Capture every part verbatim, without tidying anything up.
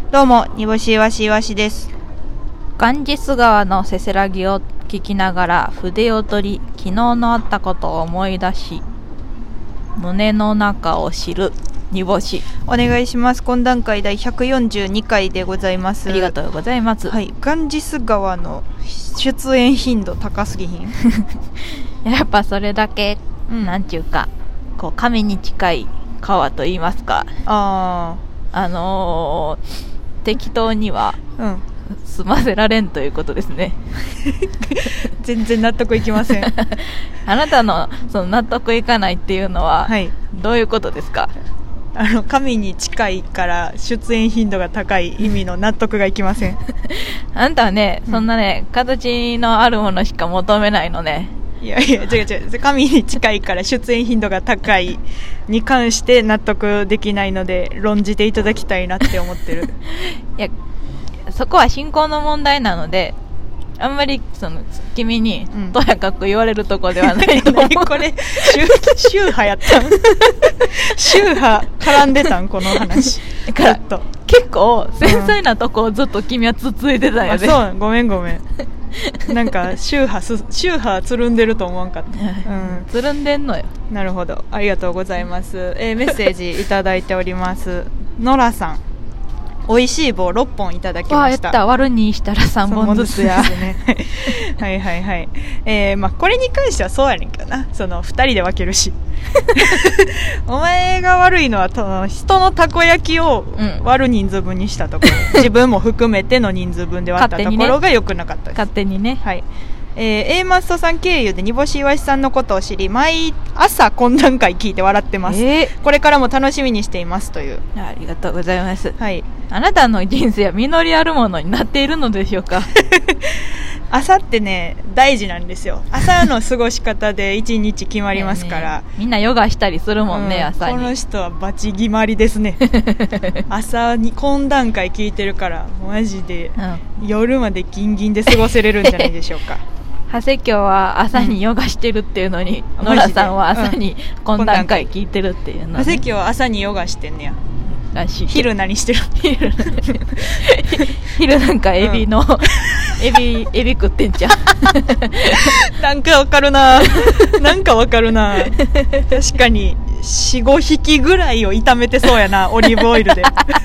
どうも、煮干しいわしいわしです。 ガンジス川のせせらぎを聞きながら筆を取り、昨日のあったことを思い出し、胸の中を知る煮干し。 お願いします。懇談会第ひゃくよんじゅうにかいでございます。 ありがとうございます。 はい、ガンジス川の出演頻度高すぎひんやっぱそれだけ、 うん、 なんちゅうかこう神に近い川と言いますか、 ああのー適当にはうん済ませられんということですね全然納得いきませんあなたのその納得いかないっていうのは、 はい、 どういうことですか？ あの神に近いから出演頻度が高い意味の納得がいきませんあんたはね、そんなね、うん、形のあるものしか求めないのね。 いやいや違う違う、神に近いから出演頻度が高いに関して納得できないので論じていただきたいなって思ってるいやそこは信仰の問題なので、あんまりその君にとやかく言われるとこではないと思う、うん、 これ宗派やったん宗派絡んでたんこの話だからと結構繊細なとこをずっと君はつついてたよね、 うん、そうごめんごめんなんか宗派す宗派つるんでると思わんかった、 うん、つるんでんのよ。 なるほど、ありがとうございます、えー、メッセージいただいておりますノラさん、おいしい棒ろっぽんいただきました。 わやった、割るにしたらさんぼんずつやねはいはいはい、えーまあ、これに関してはそうやねんけどな、そのふたりで分けるしお前が悪いのはと人のたこ焼きを割る人数分にしたところ、うん、自分も含めての人数分で割ったところが良くなかったです。 勝手にね、 はい、えー、A マストさん経由で煮干しいわしさんのことを知り、毎朝懇談会聞いて笑ってます、えー、これからも楽しみにしていますという。 ありがとうございます、 はい、 あなたの人生は実りあるものになっているのでしょうか朝ってね大事なんですよ。朝の過ごし方で一日決まりますから、 ねね、みんなヨガしたりするもんね、うん、朝に。 この人はバチ決まりですね朝に懇談会聞いてるからマジで、うん、夜までギンギンで過ごせれるんじゃないでしょうか長谷京は朝にヨガしてるっていうのに、うん、ノラさんは朝に懇談会聞いてるっていうの、ね、 長谷京は朝にヨガしてんねやらしい。 昼何してる昼昼なんかエビの、うん、エビエビ食ってんじゃんなんかわかるななんかわかるな確かに よん,ご 匹ぐらいを炒めてそうやなオリーブオイルで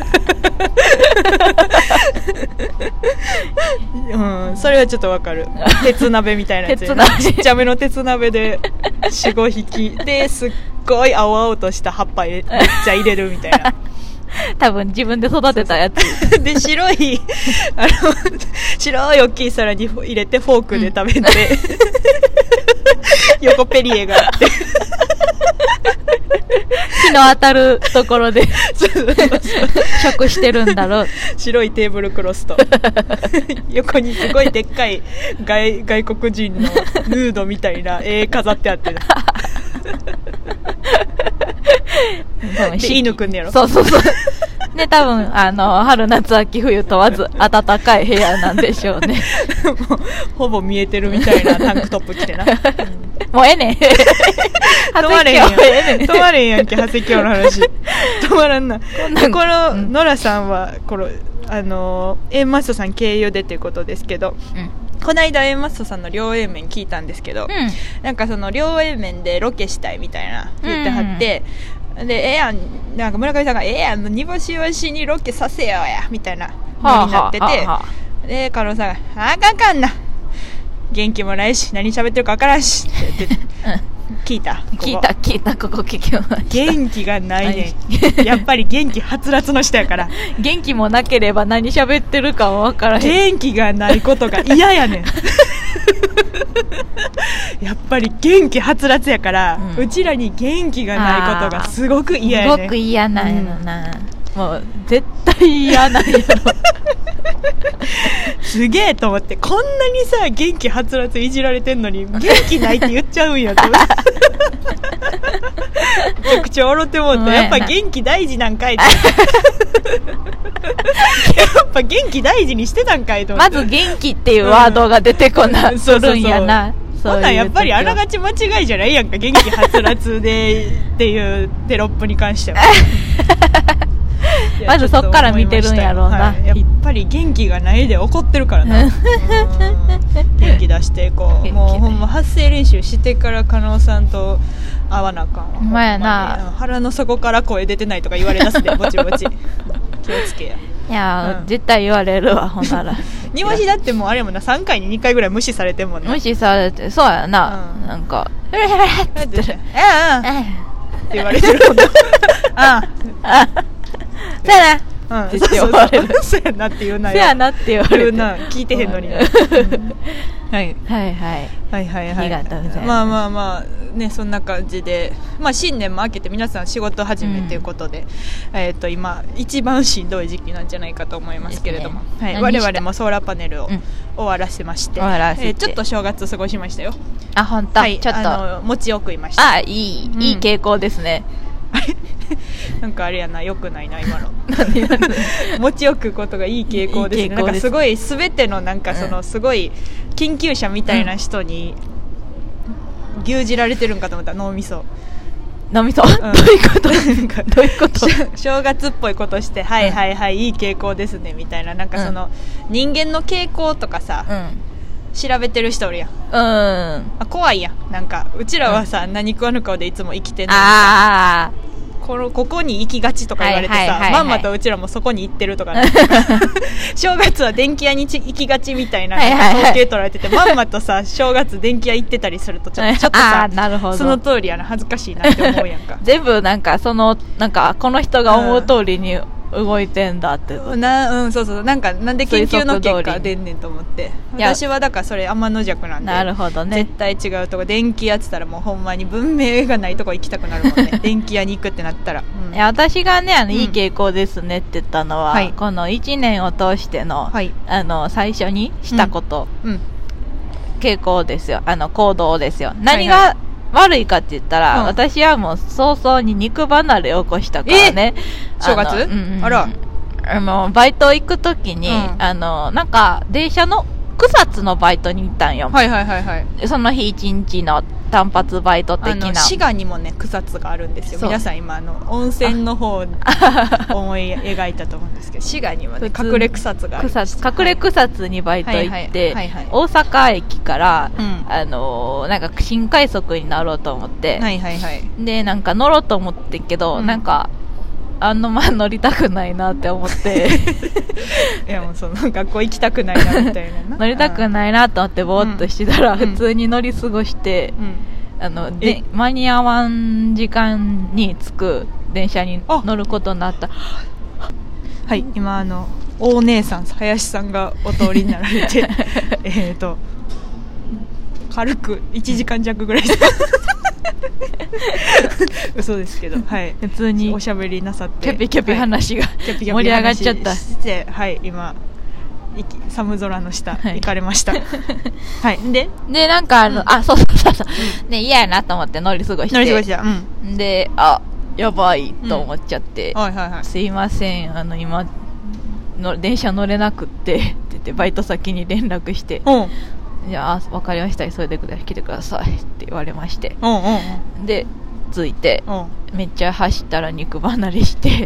うん、それはちょっとわかる。鉄鍋みたいなやつ、ちっちゃめの鉄鍋で よん,ご 匹ですっごい青々とした葉っぱめっちゃ入れるみたいな多分自分で育てたやつで白いあの白い大きい皿に入れてフォークで食べて、うん、横ペリエがあって日の当たるところで食してるんだろう。 白いテーブルクロスと横にすごいでっかい 外, 外国人のヌードみたいな絵飾ってあってで犬くんねやろ。 そうそうそうで多分あの春夏秋冬問わず暖かい部屋なんでしょうねもうほぼ見えてるみたいなタンクトップ着てな、うん、 もうええねん止まれへんやん止まれへんやんけ長谷京の話止まらんな。この、うん、ノラさんはこのあの A マストさん経由でということですけど、うんこの間 A マストさんの両 A 面聞いたんですけど、うん、なんかその両 A 面でロケしたいみたいな言ってはって、うん、でええやんなんか村上さんがええやん煮干しわしにロケさせようやみたいなのになってて、はあはあはあ、でカロンさんがあかんかんな元気もないし何喋ってるかわからんしって言って、うん聞いたここ聞いた聞いたここ聞きました。 元気がないねんやっぱり元気はつらつの人やから元気もなければ何喋ってるかも分からへん。 元気がないことが嫌やねんやっぱり元気はつらつやから、うん、うちらに元気がないことがすごく嫌やねん。 すごく嫌なんやろな、うん、もう絶対嫌なんやろすげえと思って、こんなにさ元気はつらついじられてんのに元気ないって言っちゃうんやと思ってめちゃくちゃ笑ってもうた。やっぱ元気大事なんかいってやっぱ元気大事にしてたんかいと思って。 まず元気っていうワードが出てこな、うん、するんやな。 そんなんやっぱりあながち間違いじゃないやんか。元気はつらつでっていうテロップに関してはまずそっから見てるんやろうな、 はい、やっぱり元気がないで怒ってるからな元気出していこうもうほんま発声練習してから加納さんと会わなあかんわほんまやな腹の底から声出てないとか言われだすでぼちぼち気をつけやいや、うん、絶対言われるわほんなら庭師だってもうあれもなさんかいににかいぐらい無視されてんもんな無視されてそうやな、うん、なんかヘラヘラって言ってるえああって言われてるもんなああそうやなって言われるそうやなって言うなよそうやなって言われるな聞いてへんのにな、うんはい、 はいはいはいはいはいありがとうございますまあまあまあねそんな感じでまあ新年も明けて皆さん仕事始めということで、うん、えっ、ー、と今一番しんどい時期なんじゃないかと思いますけれども、ねはい、我々もソーラーパネルを終わらせまして、うん、終わらせて、えー、ちょっと正月過ごしましたよあ本当、はい、ちょっとあの餅を食いましたあいい、うん、いい傾向ですねなんかあれやな良くないな今の餅を食うことがいい傾向ですね。いい傾向です。なんかすごい全てのなんかそのすごい緊急車みたいな人に牛耳られてるんかと思った脳みそ脳みそ、うん、どういうことなんかどういうこと正月っぽいことしてはいはいはい、うん、いい傾向ですねみたいななんかその、うん、人間の傾向とかさ、うん調べてる人おるやん、うん、あ怖いやんなんかうちらはさ、うん、何食わぬ顔でいつも生きてんのにさこのここに行きがちとか言われてさ、はいはいはいはい、まんまとうちらもそこに行ってるとか、ね、正月は電気屋に行きがちみたいな統計取られてて、はいはいはい、まんまとさ正月電気屋行ってたりするとちょ、ちょっとさなるほどその通りやな恥ずかしいなって思うやんか全部なんかそのなんかこの人が思う通りに、うん動いてんだってな、うん、そうそうなんかなんで研究の結果出んねんと思って私はだからそれ天の弱なんでなるほどね絶対違うとこ電気屋って言ったらもうほんまに文明がないとこ行きたくなるもんね電気屋に行くってなったら、 うん、いや私がねあの、うん、いい傾向ですねって言ったのは、はい、このいちねんを通しての、はい、あの最初にしたこと、うんうん、傾向ですよあの行動ですよ何が、はいはい悪いかって言ったら、うん、私はもう早々に肉離れを起こしたからね正月、うんうん、あらあのバイト行くときに、うん、あのなんか電車の草津のバイトに行ったんよはいはいはいはいその日一日の単発バイト的な滋賀にもね草津があるんですよ皆さん今あの温泉の方思い描いたと思うんですけど滋賀にもね隠れ草津がある草津隠れ草津にバイト行って大阪駅から、うん、あのー、なんか新快速に乗ろうと思って、 はいはいはい、 でなんか乗ろうと思ってんけど、うん、なんかあのまあ乗りたくないなって思っていやもうその学校行きたくないなみたいな乗りたくないなと思ってぼーっとしてたら、うん、普通に乗り過ごして、うん、あので間に合わん時間に着く電車に乗ることになったはい今あの大姉さん林さんがお通りになられてえっと軽くいちじかん弱ぐらい嘘ですけど、はい、 普通におしゃべりなさってキャピキャピ話が、はい、盛り上がっちゃったしてはい今寒空の下、はい、行かれましたはいででなんかあの、うん、あそうそうそうそう、うん、ね嫌やなと思って乗り過ごして乗り過ごした、 うん、であやばいと思っちゃって、 うんはいはいはい、 すいませんあの今の電車乗れなくってって言ってバイト先に連絡して、うんじゃあ分かりました急いでくだ来てくださいって言われまして、 うんうんうん、 で着いて、うん、めっちゃ走ったら肉離れして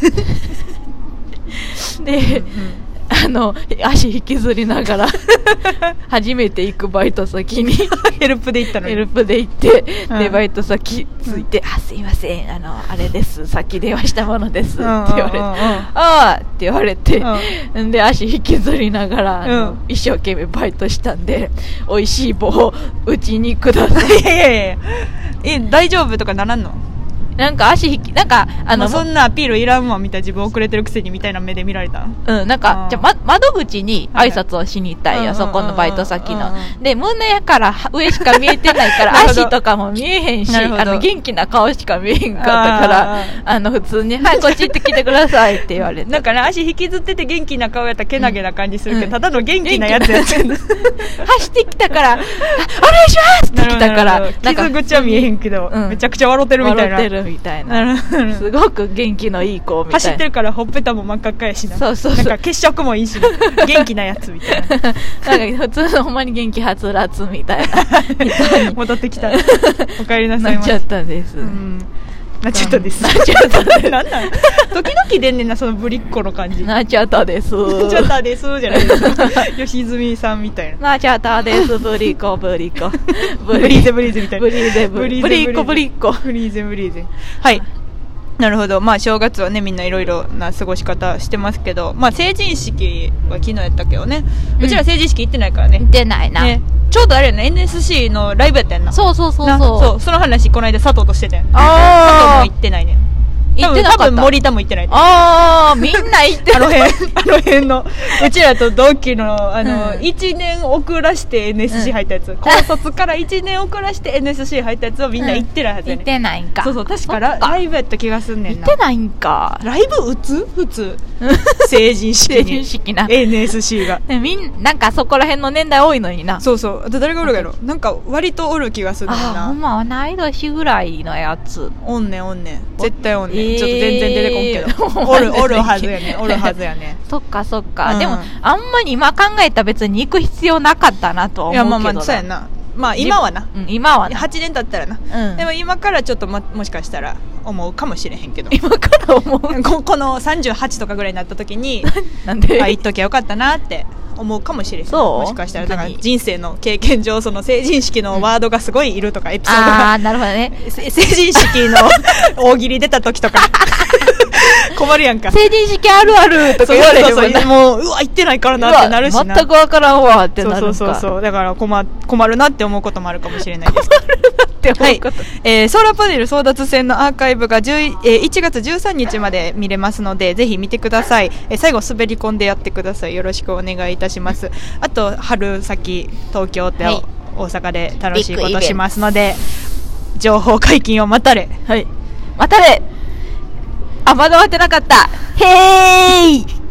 で、うんうん、あの足引きずりながら初めて行くバイト先にヘルプで行ったのにヘルプで行って、うん、でバイト先着いて、うん、あすいませんあのあれですさっき電話したものですって言われて、うんうんうん、ああって言われて、うん、で足引きずりながら、うん、あの一生懸命バイトしたんで美味しい棒をうちにくださいいやいやいやえ大丈夫とかならんのなんか足引きなんかあのそんなアピールいらんわみたいな自分遅れてるくせにみたいな目で見られたうんなんかじゃ、ま、窓口に挨拶をしに行ったんよ、はいはい、そこのバイト先ので胸から上しか見えてないから足とかも見えへんしあの元気な顔しか見えへんかったからああの普通にはいこっち行ってきてくださいって言われてなんかね足引きずってて元気な顔やったらけなげな感じするけど、うん、ただの元気なやつやつ走ってきたからお願いしますって来たから傷口は見えへんけど、うん、めちゃくちゃ笑ってるみたいな笑ってるみたいなすごく元気のいい子みたいな走ってるからほっぺたも真っ赤っかやしなそうそうそうなんか血色もいいし元気なやつみたいななんか普通のほんまに元気はつらつみたいな戻ってきたお帰りなさいませなっちゃったんです、 うん、 なっちゃったです。 なっちゃったです。 なんなん時々出んねんな、そのぶりっ子の感じ。 なっちゃったです。 なっちゃったですじゃないですか。吉住さんみたいな。 なっちゃったです。ぶりっ子ぶりっ子。 ブリーゼブリーゼみたいな。 ブリーゼブリーゼ。ぶりっ子ぶりっ子。 ブリーゼブリーゼ。はい。なるほど。まあ正月はねみんないろいろな過ごし方してますけど、まあ成人式は昨日やったけどね、うん、うちら成人式行ってないからね。 行ってないな、 ね、ちょうどあれやな エヌエスシー のライブやったやんな。 そうそうそうそうそう、その話この間佐藤としててん。 あ佐藤も行ってないね。多分多分森田も行ってない。 ああみんな行ってない。 あの辺あの辺のうちらと同期のあの、うん、いちねん遅らして エヌエスシー 入ったやつ、うん、高卒からいちねん遅らして エヌエスシー 入ったやつをみんな行ってないはずやね、 うん、行ってないんか。 そうそう確かラライブやった気がすんねんな。 行ってないんか。 ライブ打つ普通成人式に成人式なエヌエスシー がみんなんかそこら辺の年代多いのにな。 そうそう。あと誰がおるやろ。なんか割とおる気がするんだよな。 あほんま同い年ぐらいのやつおんねんおんねん絶対おんねん、えー、ちょっと全然出てこんけどおるおるはずやねおるはずやねそっかそっか、うん、でもあんまり今考えたら別に行く必要なかったなとは思うけど。いやまあまあそうやな。まあ今はな、 うん、今はなはちねん経ったらな、うん、でも今からちょっと、ま、もしかしたら思うかもしれへんけど今から思うこ, このさんじゅうはちとかぐらいになった時になんであ行っときゃよかったなって思うかもしれへん。 そうもしかしたらだから人生の経験上その成人式のワードがすごいいるとか、うん、エピソードがあーなるほどね成人式の大喜利出た時とか困るやんか。 成人式あるあるとか言われるもんな。 そうそうそうもううわ行ってないからなってなるしな。 全く分からんわってなるんか。 そうそうそうだから困困るなって思うこともあるかもしれないですけど。 困るなって思うこと、はいえー、ソーラーパネル争奪戦のアーカイブがじゅう、えー、いちがつじゅうさんにちまで見れますのでぜひ見てください、えー、最後滑り込んでやってください。よろしくお願いいたします。あと春先東京って、はい、大阪で楽しいことしますので情報解禁を待たれ。 はい待たれ。あまだ終わってなかった。へーい